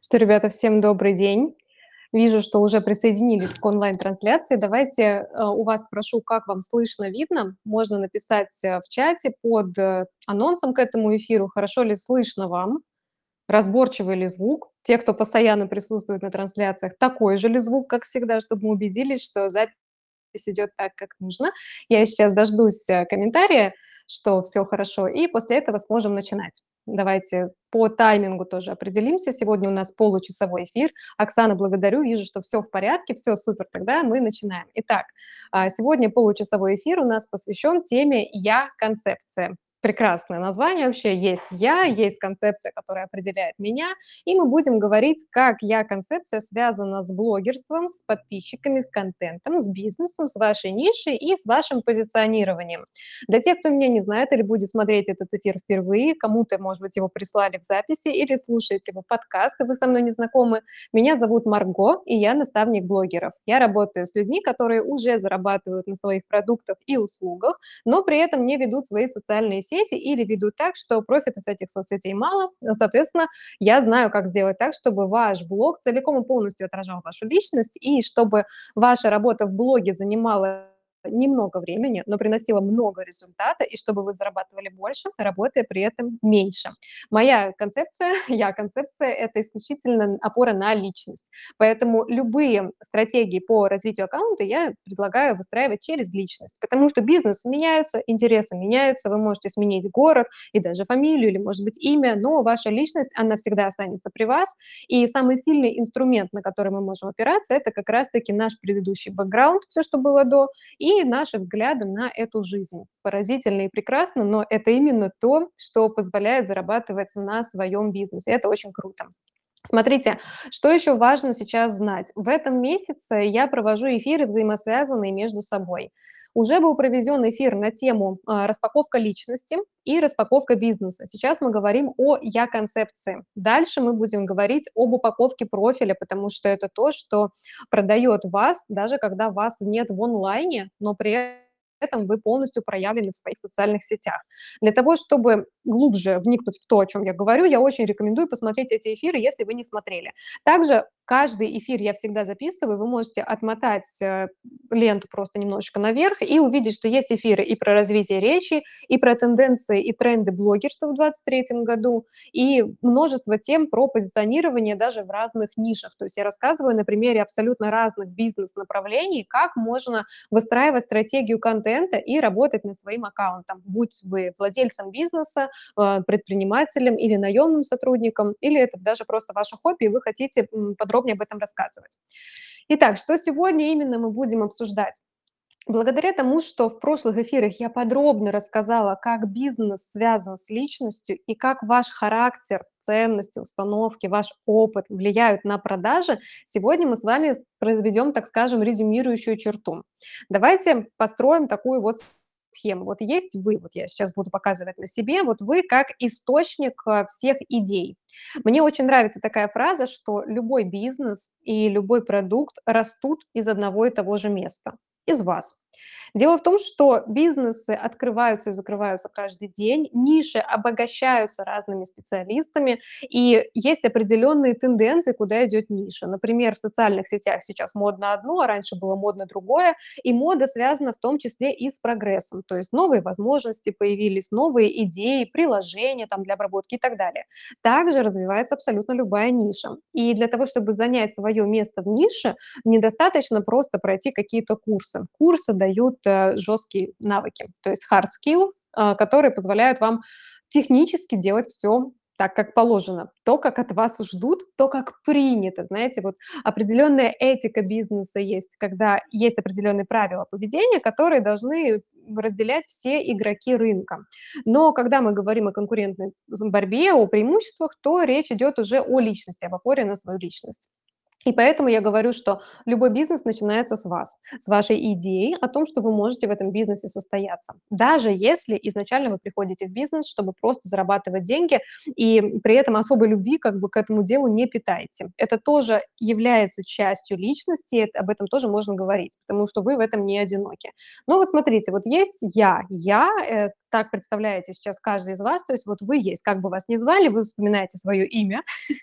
Что, ребята, всем добрый день. Вижу, что уже присоединились к онлайн-трансляции. Давайте у вас спрошу, как вам слышно, видно. Можно написать в чате под анонсом к этому эфиру, хорошо ли слышно вам, разборчивый ли звук. Те, кто постоянно присутствует на трансляциях, такой же ли звук, как всегда, чтобы мы убедились, что запись идет так, как нужно. Я сейчас дождусь комментария, что все хорошо, и после этого сможем начинать. Давайте по таймингу тоже определимся. Сегодня у нас получасовой эфир. Оксана, благодарю, вижу, что все в порядке, все супер, тогда мы начинаем. Итак, сегодня получасовой эфир у нас посвящен теме «Я-концепция». Прекрасное название вообще. Есть я, есть концепция, которая определяет меня, и мы будем говорить, как я-концепция связана с блогерством, с подписчиками, с контентом, с бизнесом, с вашей нишей и с вашим позиционированием. Для тех, кто меня не знает или будет смотреть этот эфир впервые, кому-то, может быть, его прислали в записи или слушаете его подкаст, и вы со мной не знакомы, меня зовут Марго, и я наставник блогеров. Я работаю с людьми, которые уже зарабатывают на своих продуктах и услугах, но при этом не ведут свои социальные сети или ведут так, что профита с этих соцсетей мало. Соответственно, я знаю, как сделать так, чтобы ваш блог целиком и полностью отражал вашу личность, и чтобы ваша работа в блоге занимала немного времени, но приносила много результата, и чтобы вы зарабатывали больше, работая при этом меньше. Моя концепция, я-концепция– это исключительно опора на личность. Поэтому любые стратегии по развитию аккаунта я предлагаю выстраивать через личность, потому что бизнес меняются, интересы меняются, вы можете сменить город и даже фамилию или, может быть, имя, но ваша личность, она всегда останется при вас, и самый сильный инструмент, на который мы можем опираться, это как раз-таки наш предыдущий бэкграунд, все, что было до, и наши взгляды на эту жизнь. Поразительно и прекрасно, но это именно то, что позволяет зарабатывать на своем бизнесе. Это очень круто. Смотрите, что еще важно сейчас знать. В этом месяце я провожу эфиры, взаимосвязанные между собой. Уже был проведен эфир на тему распаковка личности и распаковка бизнеса. Сейчас мы говорим о я-концепции. Дальше мы будем говорить об упаковке профиля, потому что это то, что продает вас, даже когда вас нет в онлайне, но при этом вы полностью проявлены в своих социальных сетях. Для того, чтобы глубже вникнуть в то, о чем я говорю, я очень рекомендую посмотреть эти эфиры, если вы не смотрели. Также каждый эфир я всегда записываю, вы можете отмотать ленту просто немножечко наверх и увидеть, что есть эфиры и про развитие речи, и про тенденции и тренды блогерства в 2023 году, и множество тем про позиционирование даже в разных нишах. То есть я рассказываю на примере абсолютно разных бизнес-направлений, как можно выстраивать стратегию контента и работать над своим аккаунтом, будь вы владельцем бизнеса, предпринимателем или наемным сотрудником, или это даже просто ваше хобби, и вы хотите подробнее об этом рассказывать. Итак, что сегодня именно мы будем обсуждать? Благодаря тому, что в прошлых эфирах я подробно рассказала, как бизнес связан с личностью и как ваш характер, ценности, установки, ваш опыт влияют на продажи, сегодня мы с вами произведем, так скажем, резюмирующую черту. Давайте построим такую вот схему. Вот есть вы, вот я сейчас буду показывать на себе, вот вы как источник всех идей. Мне очень нравится такая фраза, что любой бизнес и любой продукт растут из одного и того же места, из вас. Дело в том, что бизнесы открываются и закрываются каждый день, ниши обогащаются разными специалистами, и есть определенные тенденции, куда идет ниша. Например, в социальных сетях сейчас модно одно, а раньше было модно другое, и мода связана в том числе и с прогрессом, то есть новые возможности появились, новые идеи, приложения там для обработки и так далее. Также развивается абсолютно любая ниша. И для того, чтобы занять свое место в нише, недостаточно просто пройти какие-то курсы. Курсы дают жесткие навыки, то есть hard skills, которые позволяют вам технически делать все так, как положено. То, как от вас ждут, то, как принято. Знаете, вот определенная этика бизнеса есть, когда есть определенные правила поведения, которые должны разделять все игроки рынка. Но когда мы говорим о конкурентной борьбе, о преимуществах, то речь идет уже о личности, об опоре на свою личность. И поэтому я говорю, что любой бизнес начинается с вас, с вашей идеи о том, что вы можете в этом бизнесе состояться. Даже если изначально вы приходите в бизнес, чтобы просто зарабатывать деньги, и при этом особой любви как бы к этому делу не питаете. Это тоже является частью личности, об этом тоже можно говорить, потому что вы в этом не одиноки. Но вот смотрите, вот есть я так представляете сейчас каждый из вас, то есть вот вы есть, как бы вас ни звали, вы вспоминаете свое имя,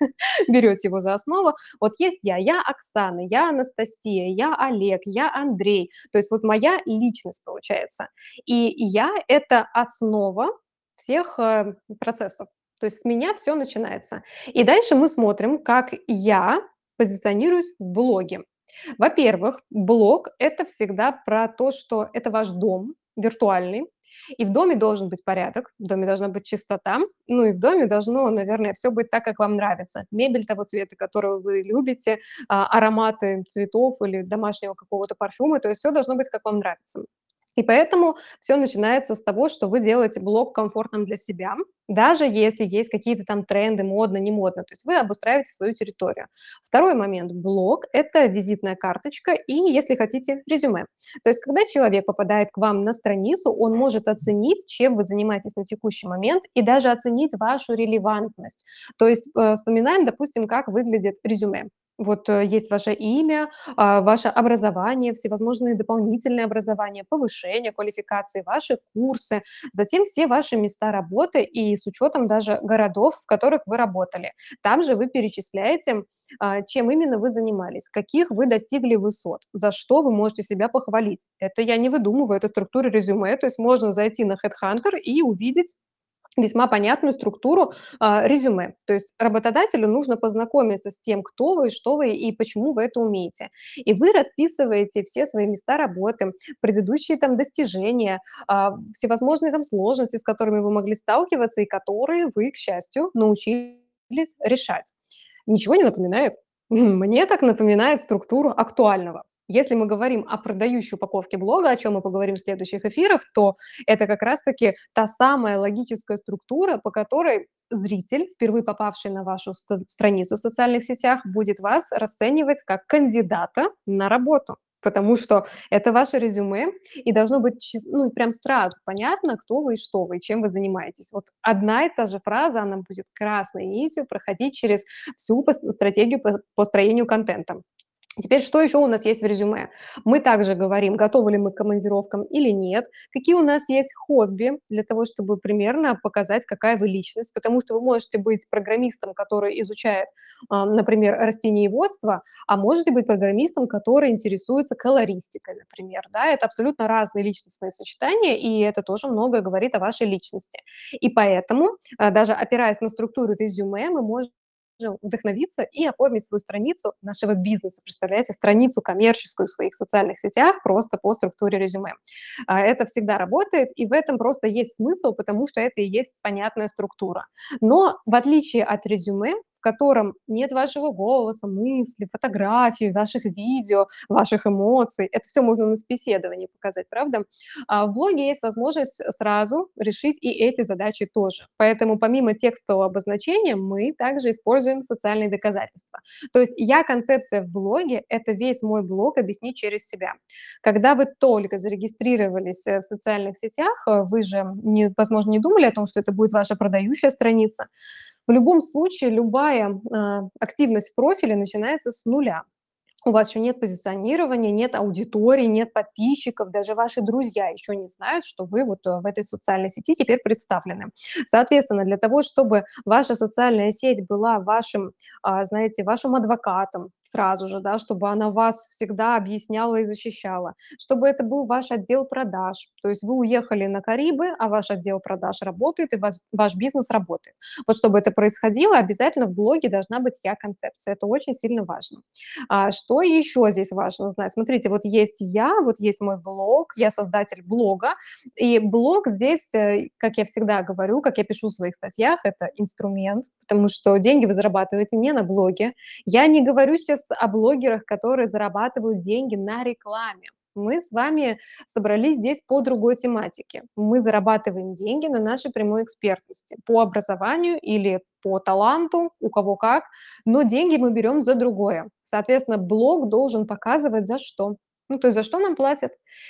берете его за основу. Вот есть я Оксана, я Анастасия, я Олег, я Андрей. То есть вот моя личность получается. И я– это основа всех процессов. То есть с меня все начинается. И дальше мы смотрим, как я позиционируюсь в блоге. Во-первых, блог– это всегда про то, что это ваш дом виртуальный, и в доме должен быть порядок, в доме должна быть чистота, ну и в доме должно, наверное, все быть так, как вам нравится. Мебель того цвета, которого вы любите, ароматы цветов или домашнего какого-то парфюма, то есть все должно быть, как вам нравится. И поэтому все начинается с того, что вы делаете блог комфортным для себя, даже если есть какие-то там тренды, модно, не модно. То есть вы обустраиваете свою территорию. Второй момент. Блог– это визитная карточка и, если хотите, резюме. То есть когда человек попадает к вам на страницу, он может оценить, чем вы занимаетесь на текущий момент, и даже оценить вашу релевантность. То есть вспоминаем, допустим, как выглядит резюме. Вот есть ваше имя, ваше образование, всевозможные дополнительные образования, повышение квалификации, ваши курсы, затем все ваши места работы и с учетом даже городов, в которых вы работали. Там же вы перечисляете, чем именно вы занимались, каких вы достигли высот, за что вы можете себя похвалить. Это я не выдумываю, это структура резюме, то есть можно зайти на HeadHunter и увидеть весьма понятную структуру резюме. То есть работодателю нужно познакомиться с тем, кто вы, что вы и почему вы это умеете. И вы расписываете все свои места работы, предыдущие там достижения, всевозможные там сложности, с которыми вы могли сталкиваться и которые вы, к счастью, научились решать. Ничего не напоминает? Мне так напоминает структуру актуального. Если мы говорим о продающей упаковке блога, о чем мы поговорим в следующих эфирах, то это как раз-таки та самая логическая структура, по которой зритель, впервые попавший на вашу страницу в социальных сетях, будет вас расценивать как кандидата на работу. Потому что это ваше резюме, и должно быть ну, прям сразу понятно, кто вы и что вы, и чем вы занимаетесь. Вот одна и та же фраза, она будет красной нитью проходить через всю стратегию по построению контента. Теперь, что еще у нас есть в резюме? Мы также говорим, готовы ли мы к командировкам или нет, какие у нас есть хобби для того, чтобы примерно показать, какая вы личность, потому что вы можете быть программистом, который изучает, например, растениеводство, а можете быть программистом, который интересуется колористикой, например. Да? Это абсолютно разные личностные сочетания, и это тоже многое говорит о вашей личности. И поэтому, даже опираясь на структуру резюме, мы можем вдохновиться и оформить свою страницу нашего бизнеса. Представляете, страницу коммерческую в своих социальных сетях просто по структуре резюме. Это всегда работает, и в этом просто есть смысл, потому что это и есть понятная структура. Но в отличие от резюме, в котором нет вашего голоса, мысли, фотографий, ваших видео, ваших эмоций, это все можно на собеседовании показать, правда? А в блоге есть возможность сразу решить и эти задачи тоже. Поэтому помимо текстового обозначения мы также используем социальные доказательства. То есть концепция в блоге– это весь мой блог объяснить через себя. Когда вы только зарегистрировались в социальных сетях, вы же, возможно, не думали о том, что это будет ваша продающая страница. В любом случае, любая активность в профиле начинается с нуля. У вас еще нет позиционирования, нет аудитории, нет подписчиков, даже ваши друзья еще не знают, что вы вот в этой социальной сети теперь представлены. Соответственно, для того, чтобы ваша социальная сеть была вашим, знаете, вашим адвокатом сразу же, да, чтобы она вас всегда объясняла и защищала, чтобы это был ваш отдел продаж, то есть вы уехали на Карибы, а ваш отдел продаж работает, и ваш бизнес работает. Вот чтобы это происходило, обязательно в блоге должна быть я-концепция. Это очень сильно важно. Что еще здесь важно знать? Смотрите, вот есть я, вот есть мой блог, я создатель блога, и блог здесь, как я всегда говорю, как я пишу в своих статьях, это инструмент, потому что деньги вы зарабатываете не на блоге. Я не говорю сейчас о блогерах, которые зарабатывают деньги на рекламе. Мы с вами собрались здесь по другой тематике. Мы зарабатываем деньги на нашей прямой экспертности по образованию или по таланту, у кого как, но деньги мы берем за другое. Соответственно, блог должен показывать за что. Ну, то есть за что нам платят.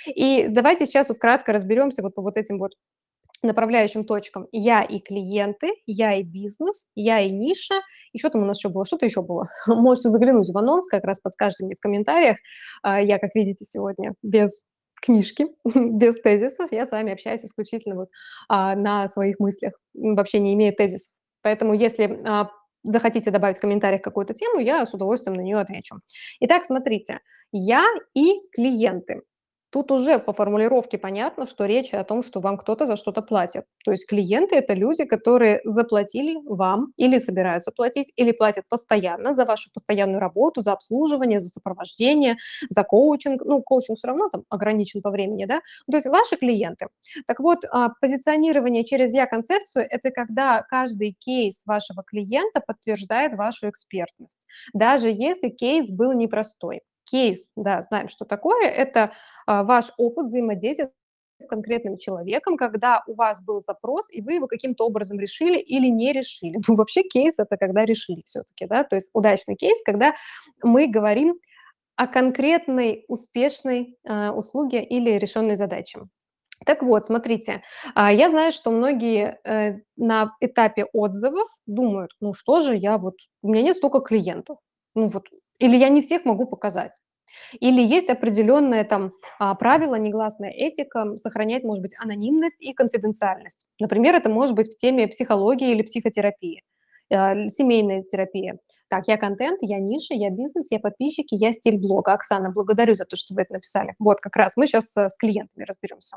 И давайте сейчас вот кратко разберемся вот по вот этим вот направляющим точкам. Я и клиенты, я и бизнес, я и ниша. И что там у нас еще было? Что-то еще было. Можете заглянуть в анонс, как раз подскажете мне в комментариях. Я, как видите, сегодня без книжки, без тезисов. Я с вами общаюсь исключительно вот, на своих мыслях, вообще не имея тезисов. Поэтому если, захотите добавить в комментариях какую-то тему, я с удовольствием на нее отвечу. Итак, смотрите, я и клиенты. Тут уже по формулировке понятно, что речь о том, что вам кто-то за что-то платит. То есть клиенты– это люди, которые заплатили вам или собираются платить, или платят постоянно за вашу постоянную работу, за обслуживание, за сопровождение, за коучинг. Ну, коучинг все равно там ограничен по времени, да. То есть ваши клиенты. Так вот, позиционирование через «я»-концепцию– это когда каждый кейс вашего клиента подтверждает вашу экспертность, даже если кейс был непростой. Кейс, да, знаем, что такое. Это ваш опыт взаимодействия с конкретным человеком, когда у вас был запрос, и вы его каким-то образом решили или не решили. Ну, вообще кейс– это когда решили все-таки, да, то есть удачный кейс, когда мы говорим о конкретной успешной услуге или решенной задаче. Так вот, смотрите, я знаю, что многие на этапе отзывов думают, ну что же я вот, у меня нет столько клиентов, ну вот, или я не всех могу показать. Или есть определенное там правило, негласная этика, сохранять, может быть, анонимность и конфиденциальность. Например, это может быть в теме психологии или психотерапии, семейная терапия. Так, я контент, я ниша, я бизнес, я подписчики, я стиль блога. Оксана, благодарю за то, что вы это написали. Вот как раз мы сейчас с клиентами разберемся.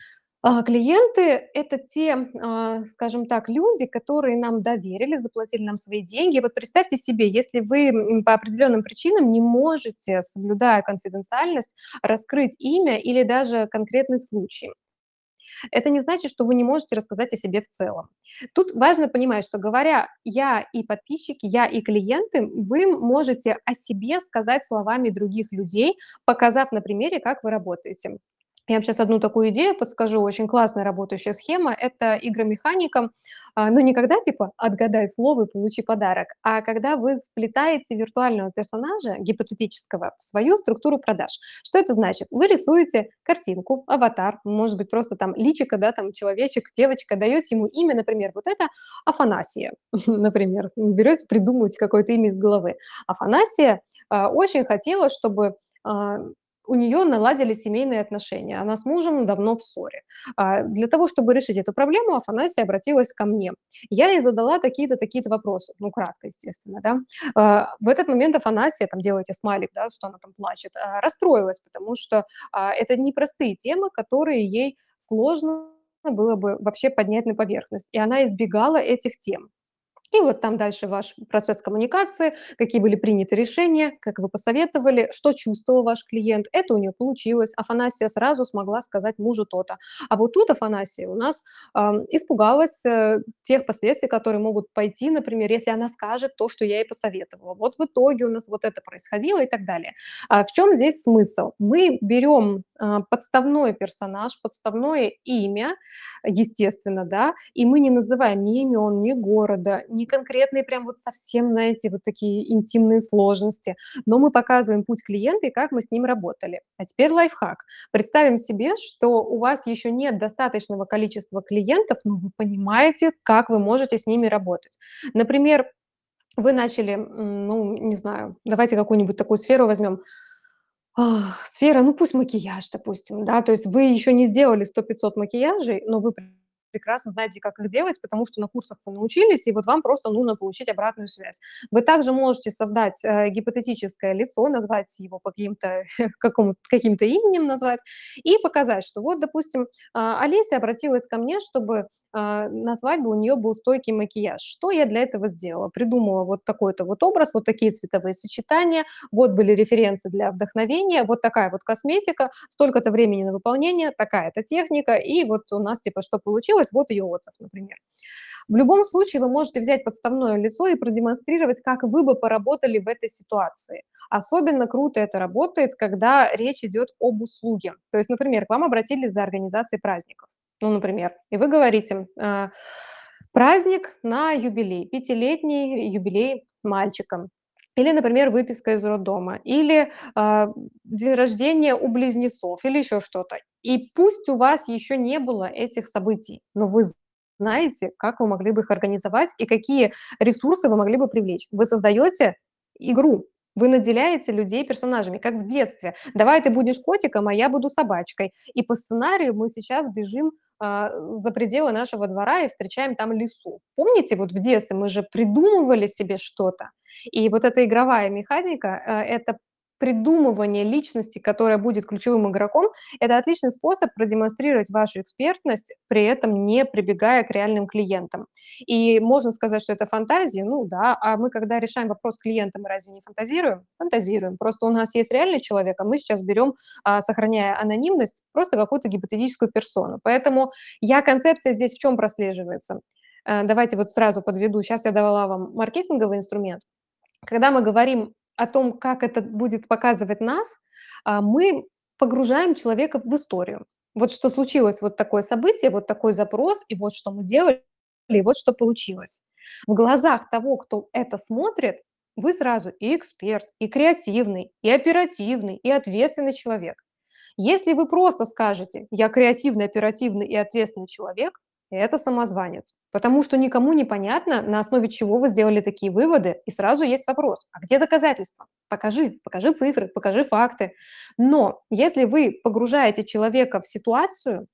Клиенты– это те, скажем так, люди, которые нам доверили, заплатили нам свои деньги. Вот представьте себе, если вы по определенным причинам не можете, соблюдая конфиденциальность, раскрыть имя или даже конкретный случай. Это не значит, что вы не можете рассказать о себе в целом. Тут важно понимать, что говоря «я» и подписчики, «я» и клиенты, вы можете о себе сказать словами других людей, показав на примере, как вы работаете. Я вам сейчас одну такую идею подскажу, очень классная работающая схема. Это игромеханика, ну, не когда типа «отгадай слово и получи подарок», а когда вы вплетаете виртуального персонажа, гипотетического, в свою структуру продаж. Что это значит? Вы рисуете картинку, аватар, может быть, просто там личико, да, там человечек, девочка, даете ему имя, например, вот это Афанасия, например. Берете, придумываете какое-то имя из головы. Афанасия очень хотела, чтобы а, у нее наладились семейные отношения. Она с мужем давно в ссоре. Для того, чтобы решить эту проблему, Афанасия обратилась ко мне. Я ей задала такие-то, такие-то вопросы, ну, кратко, естественно, да. В этот момент Афанасия, там, делайте смайлик, да, что она там плачет, расстроилась, потому что это непростые темы, которые ей сложно было бы вообще поднять на поверхность, и она избегала этих тем. И вот там дальше ваш процесс коммуникации, какие были приняты решения, как вы посоветовали, что чувствовал ваш клиент. Это у нее получилось. Афанасия сразу смогла сказать мужу то-то. А вот тут Афанасия у нас испугалась тех последствий, которые могут пойти, например, если она скажет то, что я ей посоветовала. Вот в итоге у нас вот это происходило и так далее. В чем здесь смысл? Мы берем подставной персонаж, подставное имя, естественно, да, и мы не называем ни имен, ни города, ни конкретные прям вот совсем, знаете, вот такие интимные сложности, но мы показываем путь клиента и как мы с ним работали. А теперь лайфхак. Представим себе, что у вас еще нет достаточного количества клиентов, но вы понимаете, как вы можете с ними работать. Например, вы начали, ну, не знаю, давайте какую-нибудь такую сферу возьмем. Сфера, ну, пусть макияж, допустим, да, то есть вы еще не сделали 100-500 макияжей, но вы прекрасно знаете, как их делать, потому что на курсах вы научились, и вот вам просто нужно получить обратную связь. Вы также можете создать гипотетическое лицо, назвать его по каким-то каким-то именем назвать и показать, что вот, допустим, Олеся обратилась ко мне, чтобы на свадьбу у нее был стойкий макияж. Что я для этого сделала? Придумала вот такой-то вот образ, вот такие цветовые сочетания, вот были референсы для вдохновения, вот такая вот косметика, столько-то времени на выполнение, такая-то техника, и вот у нас типа что получилось, вот ее отзыв, например. В любом случае вы можете взять подставное лицо и продемонстрировать, как вы бы поработали в этой ситуации. Особенно круто это работает, когда речь идет об услуге. То есть, например, к вам обратились за организацией праздников. Ну, например, и вы говорите, праздник на юбилей, пятилетний юбилей мальчика. Или, например, выписка из роддома, или день рождения у близнецов, или еще что-то. И пусть у вас еще не было этих событий, но вы знаете, как вы могли бы их организовать и какие ресурсы вы могли бы привлечь. Вы создаете игру, Вы наделяете людей персонажами, как в детстве. Давай ты будешь котиком, а я буду собачкой. И по сценарию мы сейчас бежим за пределы нашего двора и встречаем там лису. Помните, вот в детстве мы же придумывали себе что-то. И вот эта игровая механика, это придумывание личности, которая будет ключевым игроком, это отличный способ продемонстрировать вашу экспертность, при этом не прибегая к реальным клиентам. И можно сказать, что это фантазии, ну да, а мы, когда решаем вопрос с клиентом, мы разве не фантазируем? Фантазируем. Просто у нас есть реальный человек, а мы сейчас берем, сохраняя анонимность, просто какую-то гипотетическую персону. Поэтому концепция здесь в чем прослеживается? Давайте вот сразу подведу. Сейчас я давала вам маркетинговый инструмент. Когда мы говорим о том, как это будет показывать нас, мы погружаем человека в историю. Вот что случилось, вот такое событие, вот такой запрос, и вот что мы делали, и вот что получилось. В глазах того, кто это смотрит, вы сразу и эксперт, и креативный, и оперативный, и ответственный человек. Если вы просто скажете: "Я креативный, оперативный и ответственный человек", это самозванец, потому что никому не понятно, на основе чего вы сделали такие выводы, и сразу есть вопрос: а где доказательства? Покажи, покажи цифры, покажи факты. Но если вы погружаете человека в ситуацию,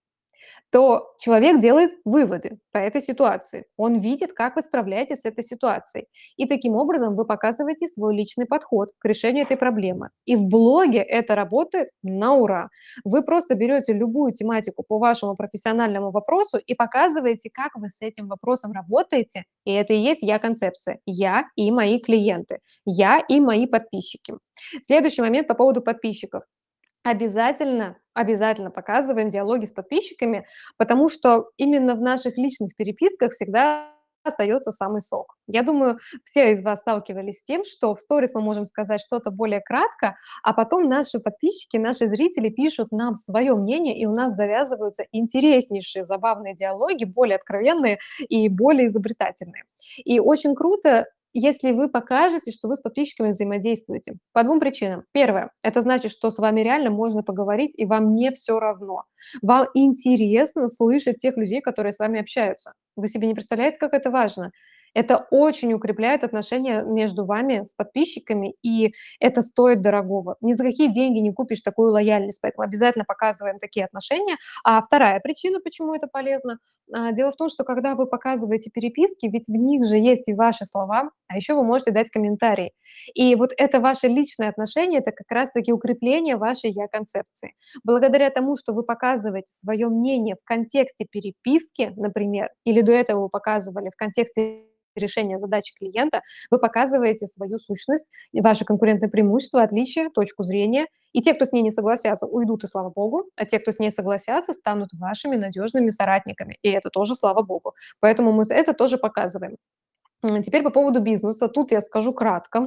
то человек делает выводы по этой ситуации. Он видит, как вы справляетесь с этой ситуацией. И таким образом вы показываете свой личный подход к решению этой проблемы. И в блоге это работает на ура. Вы просто берете любую тематику по вашему профессиональному вопросу и показываете, как вы с этим вопросом работаете. И это и есть я-концепция. Я и мои клиенты. Я и мои подписчики. Следующий момент по поводу подписчиков. Обязательно, обязательно показываем диалоги с подписчиками, потому что именно в наших личных переписках всегда остается самый сок. Я думаю, все из вас сталкивались с тем, что в сторис мы можем сказать что-то более кратко, а потом наши подписчики, наши зрители пишут нам свое мнение, и у нас завязываются интереснейшие, забавные диалоги, более откровенные и более изобретательные. И очень круто, если вы покажете, что вы с подписчиками взаимодействуете. По двум причинам. Первое, это значит, что с вами реально можно поговорить, и вам не все равно. Вам интересно слышать тех людей, которые с вами общаются. Вы себе не представляете, как это важно. Это очень укрепляет отношения между вами с подписчиками, и это стоит дорогого. Ни за какие деньги не купишь такую лояльность, поэтому обязательно показываем такие отношения. А вторая причина, почему это полезно, дело в том, что когда вы показываете переписки, ведь в них же есть и ваши слова, а еще вы можете дать комментарий. И вот это ваше личное отношение, это как раз-таки укрепление вашей я-концепции. Благодаря тому, что вы показываете свое мнение в контексте переписки, например, или до этого вы показывали в контексте решения задачи клиента, вы показываете свою сущность, ваше конкурентное преимущество, отличие, точку зрения. И те, кто с ней не согласятся, уйдут, и слава богу, а те, кто с ней согласятся, станут вашими надежными соратниками. И это тоже слава богу. Поэтому мы это тоже показываем. Теперь по поводу бизнеса. Тут я скажу кратко.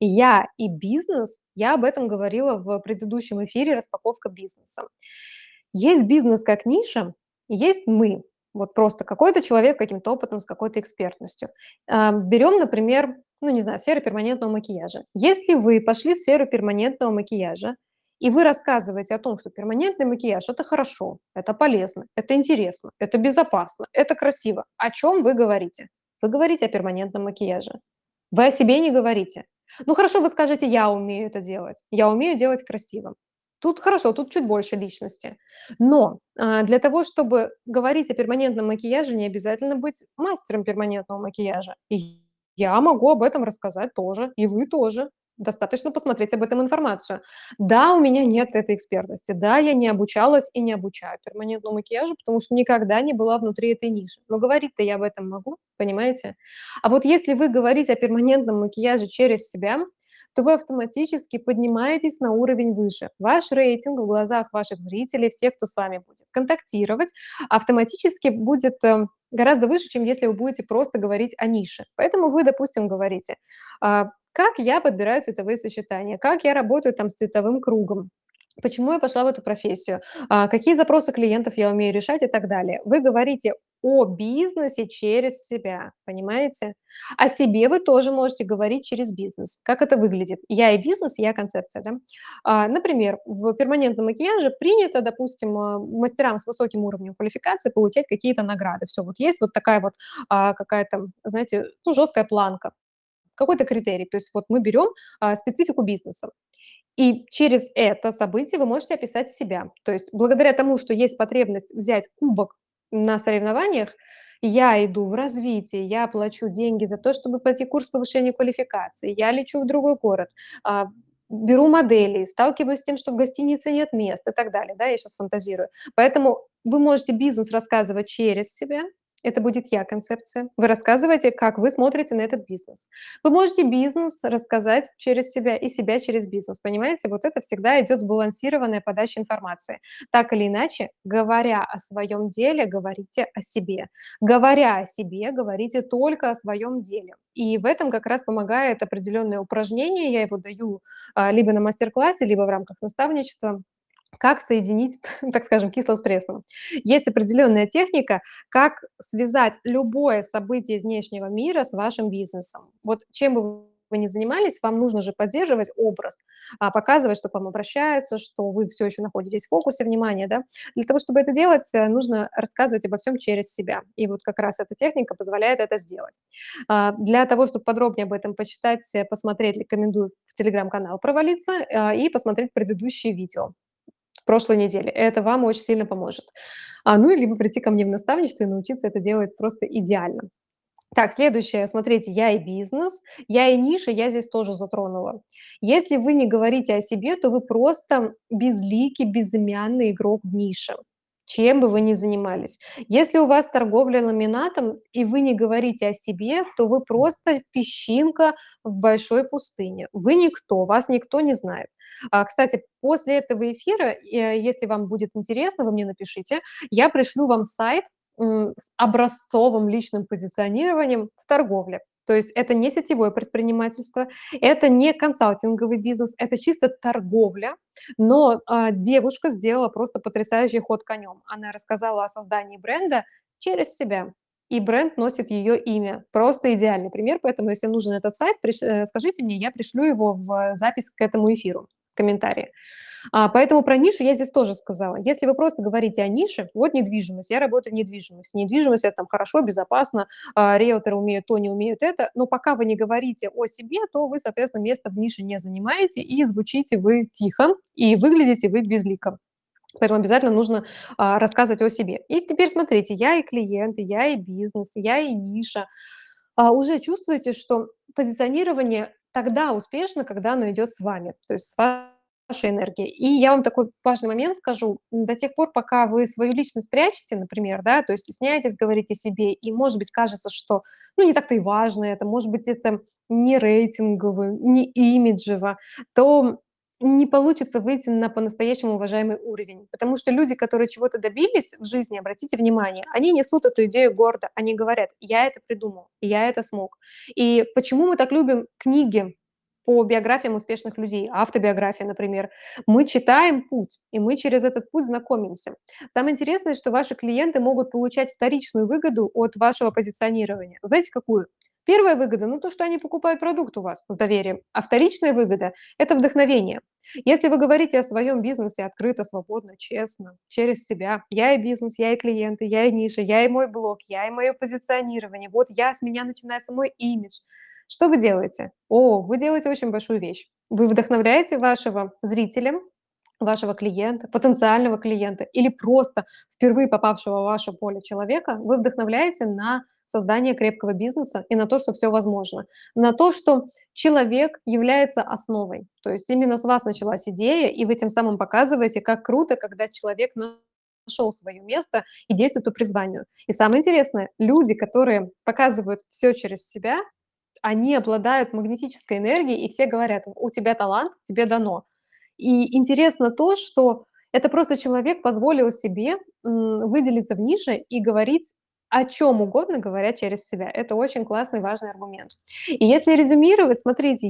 Я и бизнес, я об этом говорила в предыдущем эфире «Распаковка бизнеса». Есть бизнес как ниша, и есть мы. Вот просто какой-то человек с каким-то опытом, с какой-то экспертностью. Берем, например, ну, не знаю, сферу перманентного макияжа. Если вы пошли в сферу перманентного макияжа, и вы рассказываете о том, что перманентный макияж – это хорошо, это полезно, это интересно, это безопасно, это красиво. О чем вы говорите? Вы говорите о перманентном макияже. Вы о себе не говорите. Ну хорошо, вы скажете: "Я умею это делать, я умею делать красиво". Тут хорошо, тут чуть больше личности. Но, для того, чтобы говорить о перманентном макияже, не обязательно быть мастером перманентного макияжа. И я могу об этом рассказать тоже, и вы тоже. Достаточно посмотреть об этом информацию. Да, у меня нет этой экспертности. Да, я не обучалась и не обучаю перманентному макияжу, потому что никогда не была внутри этой ниши. Но говорить-то я об этом могу, понимаете? А вот если вы говорите о перманентном макияже через себя, то вы автоматически поднимаетесь на уровень выше. Ваш рейтинг в глазах ваших зрителей, всех, кто с вами будет контактировать, автоматически будет гораздо выше, чем если вы будете просто говорить о нише. Поэтому вы, допустим, говорите: как я подбираю цветовые сочетания, как я работаю там с цветовым кругом, почему я пошла в эту профессию, какие запросы клиентов я умею решать и так далее. Вы говорите о бизнесе через себя, понимаете? О себе вы тоже можете говорить через бизнес. Как это выглядит? Я и бизнес, я концепция, да? Например, в перманентном макияже принято, допустим, мастерам с высоким уровнем квалификации получать какие-то награды. Все, вот есть вот такая вот какая-то, знаете, ну, жесткая планка. какой-то критерий. То есть вот мы берем специфику бизнеса. И через это событие вы можете описать себя. То есть благодаря тому, что есть потребность взять кубок на соревнованиях, я иду в развитие, я плачу деньги за то, чтобы пройти курс повышения квалификации, я лечу в другой город, а, беру модели, сталкиваюсь с тем, что в гостинице нет мест и так далее. Да, я сейчас фантазирую. Поэтому вы можете бизнес рассказывать через себя. Это будет я-концепция. Вы рассказываете, как вы смотрите на этот бизнес. Вы можете бизнес рассказать через себя и себя через бизнес. Понимаете, вот это всегда идет сбалансированная подача информации. Так или иначе, говоря о своем деле, говорите о себе. Говоря о себе, говорите только о своем деле. И в этом как раз помогает определенное упражнение. Я его даю либо на мастер-классе, либо в рамках наставничества. Как соединить, так скажем, кисло с пресным. Есть определенная техника, как связать любое событие из внешнего мира с вашим бизнесом. Вот чем бы вы ни занимались, вам нужно же поддерживать образ, показывать, что к вам обращаются, что вы все еще находитесь в фокусе внимания, да. Для того, чтобы это делать, нужно рассказывать обо всем через себя. И вот как раз эта техника позволяет это сделать. Для того, чтобы подробнее об этом почитать, посмотреть, рекомендую в телеграм-канал провалиться и посмотреть предыдущие видео прошлой неделе. Это вам очень сильно поможет. Ну и либо прийти ко мне в наставничество и научиться это делать просто идеально. Так, следующее, смотрите, я и бизнес, я и ниша, я здесь тоже затронула. Если вы не говорите о себе, то вы просто безликий, безымянный игрок в нише, чем бы вы ни занимались. Если у вас торговля ламинатом, и вы не говорите о себе, то вы просто песчинка в большой пустыне. Вы никто, вас никто не знает. Кстати, после этого эфира, если вам будет интересно, вы мне напишите, я пришлю вам сайт, с образцовым личным позиционированием в торговле. То есть это не сетевое предпринимательство, это не консалтинговый бизнес, это чисто торговля. Но девушка сделала просто потрясающий ход конем. Она рассказала о создании бренда через себя. И бренд носит ее имя. Просто идеальный пример. Поэтому, если нужен этот сайт, скажите мне, я пришлю его в запись к этому эфиру, в комментарии. Поэтому про нишу я здесь тоже сказала. Если вы просто говорите о нише, вот недвижимость, я работаю в недвижимости. Недвижимость – это там хорошо, безопасно, риэлторы умеют то, не умеют это, но пока вы не говорите о себе, то вы, соответственно, место в нише не занимаете, и звучите вы тихо, и выглядите вы безлико. Поэтому обязательно нужно рассказывать о себе. И теперь смотрите, я и клиенты, я и бизнес, я и ниша. Уже чувствуете, что позиционирование тогда успешно, когда оно идет с вами, то есть с вашей энергией. И я вам такой важный момент скажу. До тех пор, пока вы свою личность прячете, например, да, то есть стесняетесь говорить о себе, и, может быть, кажется, что, ну, не так-то и важно это, может быть, это не рейтингово, не имиджево, то не получится выйти на по-настоящему уважаемый уровень. Потому что люди, которые чего-то добились в жизни, обратите внимание, они несут эту идею гордо. Они говорят: "Я это придумал, я это смог". И почему мы так любим книги по биографиям успешных людей, автобиография, например? Мы читаем путь, и мы через этот путь знакомимся. Самое интересное, что ваши клиенты могут получать вторичную выгоду от вашего позиционирования. Знаете, какую? Первая выгода, ну, то, что они покупают продукт у вас с доверием, а вторичная выгода – это вдохновение. Если вы говорите о своем бизнесе открыто, свободно, честно, через себя, я и бизнес, я и клиенты, я и ниша, я и мой блог, я и мое позиционирование, вот я, с меня начинается мой имидж. Что вы делаете? Вы делаете очень большую вещь. Вы вдохновляете вашего зрителя, вашего клиента, потенциального клиента или просто впервые попавшего в ваше поле человека, вы вдохновляете на создание крепкого бизнеса и на то, что все возможно, на то, что человек является основой. То есть именно с вас началась идея, и вы тем самым показываете, как круто, когда человек нашел свое место и действует по призванию. И самое интересное, люди, которые показывают все через себя, они обладают магнетической энергией, и все говорят: "У тебя талант, тебе дано". И интересно то, что это просто человек позволил себе, выделиться в нише и говорить о чем угодно, говоря через себя. Это очень классный, важный аргумент. И если резюмировать, смотрите,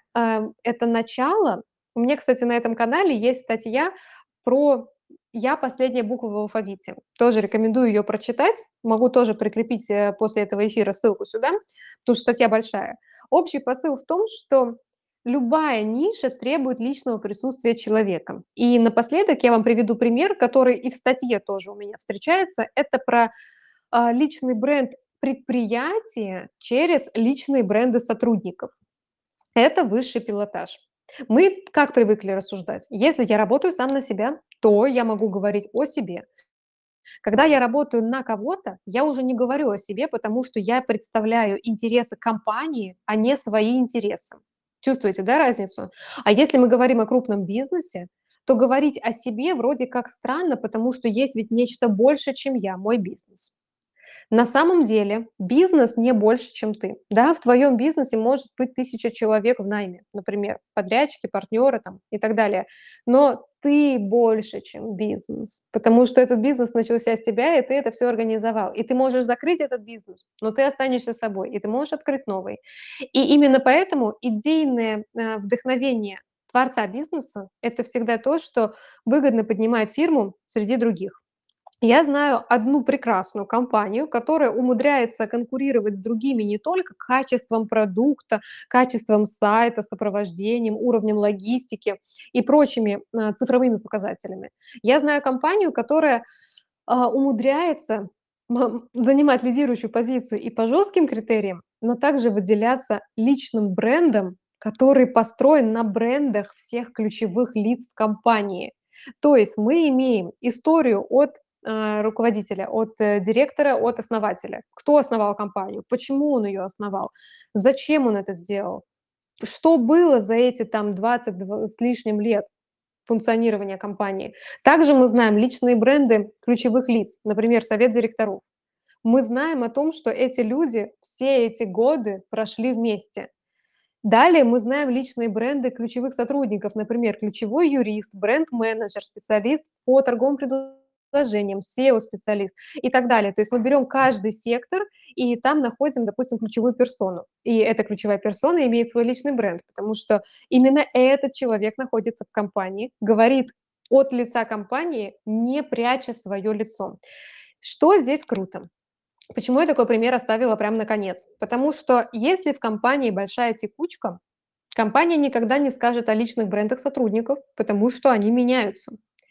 это начало. У меня, кстати, на этом канале есть статья про "Я- последняя буква в алфавите". Тоже рекомендую ее прочитать. Могу тоже прикрепить, после этого эфира ссылку сюда, потому что статья большая. Общий посыл в том, что любая ниша требует личного присутствия человека. И напоследок я вам приведу пример, который и в статье тоже у меня встречается. Это про личный бренд предприятие через личные бренды сотрудников. Это высший пилотаж. Мы как привыкли рассуждать? Если я работаю сам на себя, то я могу говорить о себе. Когда я работаю на кого-то, я уже не говорю о себе, потому что я представляю интересы компании, а не свои интересы. Чувствуете, да, разницу? А если мы говорим о крупном бизнесе, то говорить о себе вроде как странно, потому что есть ведь нечто больше, чем я, мой бизнес. На самом деле бизнес не больше, чем ты. Да, в твоем бизнесе может быть 1000 человек в найме, например, подрядчики, партнеры там и так далее. Но ты больше, чем бизнес, потому что этот бизнес начался с тебя, и ты это все организовал. И ты можешь закрыть этот бизнес, но ты останешься собой, и ты можешь открыть новый. И именно поэтому идейное вдохновение творца бизнеса– это всегда то, что выгодно поднимает фирму среди других. Я знаю одну прекрасную компанию, которая умудряется конкурировать с другими не только качеством продукта, качеством сайта, сопровождением, уровнем логистики и прочими цифровыми показателями. Я знаю компанию, которая умудряется занимать лидирующую позицию и по жестким критериям, но также выделяться личным брендом, который построен на брендах всех ключевых лиц в компании. То есть мы имеем историю от руководителя, от директора, от основателя. Кто основал компанию, почему он ее основал, зачем он это сделал, что было за эти там 20 с лишним лет функционирования компании. Также мы знаем личные бренды ключевых лиц, например, совет директоров. Мы знаем о том, что эти люди все эти годы прошли вместе. Далее мы знаем личные бренды ключевых сотрудников, например, ключевой юрист, бренд-менеджер, специалист по торговым предложениям, SEO-специалист и так далее. То есть мы берем каждый сектор и там находим, допустим, ключевую персону. И эта ключевая персона имеет свой личный бренд, потому что именно этот человек находится в компании, говорит от лица компании, не пряча свое лицо. Что здесь круто? Почему я такой пример оставила прямо наконец? Потому что если в компании большая текучка, компания никогда не скажет о личных брендах сотрудников, потому что они меняются.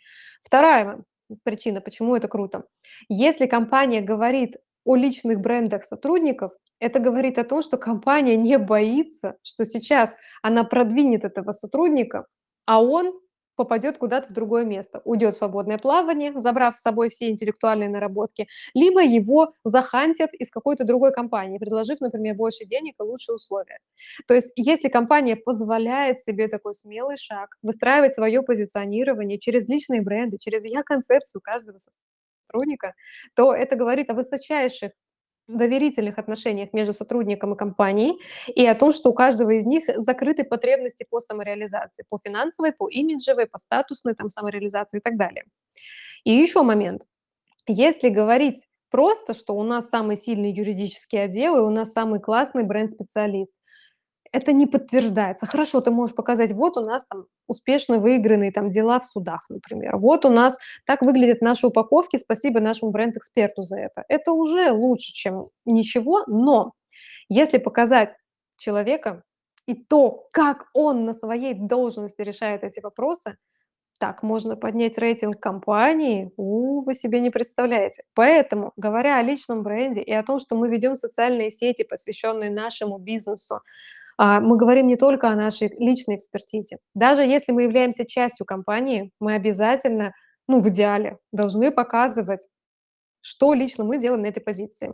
Вторая причина, почему это круто. Если компания говорит о личных брендах сотрудников, это говорит о том, что компания не боится, что сейчас она продвинет этого сотрудника, а он попадет куда-то в другое место, уйдет в свободное плавание, забрав с собой все интеллектуальные наработки, либо его захантят из какой-то другой компании, предложив, например, больше денег и лучшие условия. То есть если компания позволяет себе такой смелый шаг, выстраивать свое позиционирование через личные бренды, через я-концепцию каждого сотрудника, то это говорит о высочайших доверительных отношениях между сотрудником и компанией и о том, что у каждого из них закрыты потребности по самореализации, по финансовой, по имиджевой, по статусной там, самореализации и так далее. И еще момент. Если говорить просто, что у нас самый сильный юридический отдел и у нас самый классный бренд-специалист, это не подтверждается. Хорошо, ты можешь показать, вот у нас там успешно выигранные там дела в судах, например. Вот у нас так выглядят наши упаковки, спасибо нашему бренд-эксперту за это. Это уже лучше, чем ничего, но если показать человека и то, как он на своей должности решает эти вопросы, так можно поднять рейтинг компании, вы себе не представляете. Поэтому, говоря о личном бренде и о том, что мы ведем социальные сети, посвященные нашему бизнесу, мы говорим не только о нашей личной экспертизе. Даже если мы являемся частью компании, мы обязательно, ну, в идеале, должны показывать, что лично мы делаем на этой позиции.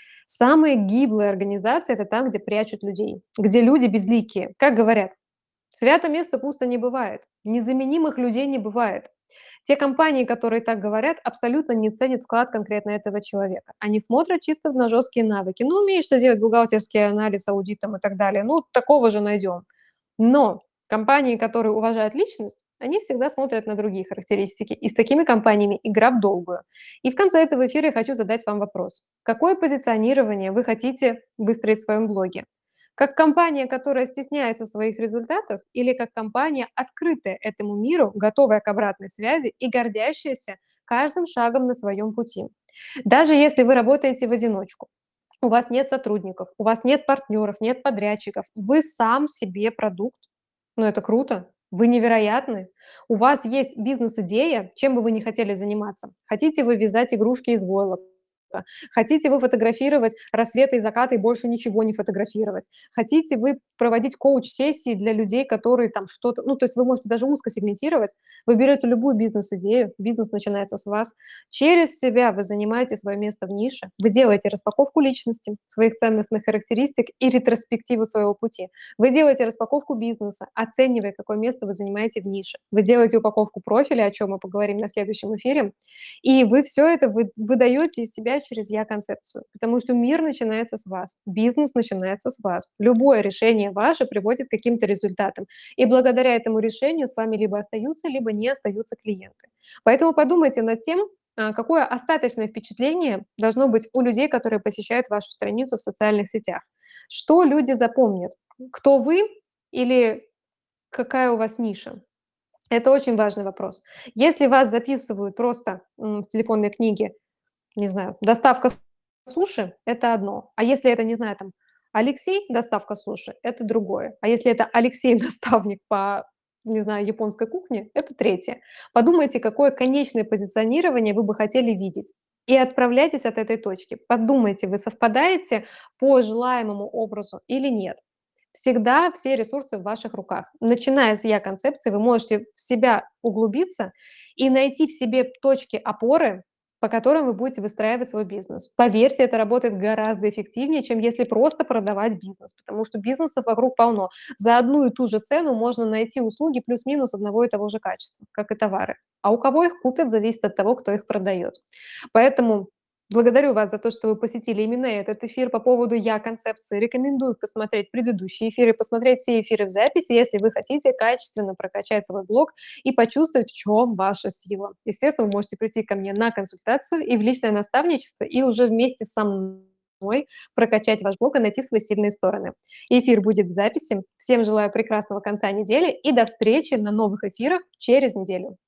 Самые гиблые организации– это там, где прячут людей, где люди безликие. Как говорят, свято место пусто не бывает, незаменимых людей не бывает. Те компании, которые так говорят, абсолютно не ценят вклад конкретно этого человека. Они смотрят чисто на жесткие навыки. Ну, умеешь что делать бухгалтерский анализ, аудит там и так далее. Ну, такого же найдем. Но компании, которые уважают личность, они всегда смотрят на другие характеристики. И с такими компаниями игра в долгую. И в конце этого эфира я хочу задать вам вопрос. Какое позиционирование вы хотите выстроить в своем блоге? Как компания, которая стесняется своих результатов, или как компания, открытая этому миру, готовая к обратной связи и гордящаяся каждым шагом на своем пути. Даже если вы работаете в одиночку, у вас нет сотрудников, у вас нет партнеров, нет подрядчиков, вы сам себе продукт, ну это круто, вы невероятны. У вас есть бизнес-идея, чем бы вы ни хотели заниматься. Хотите вы вязать игрушки из войлок, Хотите вы фотографировать рассветы и закаты и больше ничего не фотографировать? Хотите вы проводить коуч-сессии для людей, которые там что-то, ну, то есть вы можете даже узко сегментировать. Вы берете любую бизнес-идею, бизнес начинается с вас. Через себя вы занимаете свое место в нише, вы делаете распаковку личности, своих ценностных характеристик и ретроспективу своего пути. Вы делаете распаковку бизнеса, оценивая, какое место вы занимаете в нише. Вы делаете упаковку профиля, о чем мы поговорим на следующем эфире, и вы все это выдаете из себя через я-концепцию, потому что мир начинается с вас, бизнес начинается с вас. Любое решение ваше приводит к каким-то результатам, и благодаря этому решению с вами либо остаются, либо не остаются клиенты. Поэтому подумайте над тем, какое остаточное впечатление должно быть у людей, которые посещают вашу страницу в социальных сетях. Что люди запомнят? Кто вы или какая у вас ниша? Это очень важный вопрос. Если вас записывают просто, в телефонной книге, не знаю, доставка суши — это одно, а если это, не знаю, там, Алексей, доставка суши — это другое, а если это Алексей, наставник по, не знаю, японской кухне — это третье. Подумайте, какое конечное позиционирование вы бы хотели видеть, и отправляйтесь от этой точки. Подумайте, вы совпадаете по желаемому образу или нет. Всегда все ресурсы в ваших руках. Начиная с я-концепции, вы можете в себя углубиться и найти в себе точки опоры, по которым вы будете выстраивать свой бизнес. Поверьте, это работает гораздо эффективнее, чем если просто продавать бизнес, потому что бизнесов вокруг полно. За одну и ту же цену можно найти услуги плюс-минус одного и того же качества, как и товары. А у кого их купят, зависит от того, кто их продает. Поэтому благодарю вас за то, что вы посетили именно этот эфир по поводу я-концепции. Рекомендую посмотреть предыдущие эфиры, посмотреть все эфиры в записи, если вы хотите качественно прокачать свой блог и почувствовать, в чем ваша сила. Естественно, вы можете прийти ко мне на консультацию и в личное наставничество, и уже вместе со мной прокачать ваш блог и найти свои сильные стороны. Эфир будет в записи. Всем желаю прекрасного конца недели и до встречи на новых эфирах через неделю.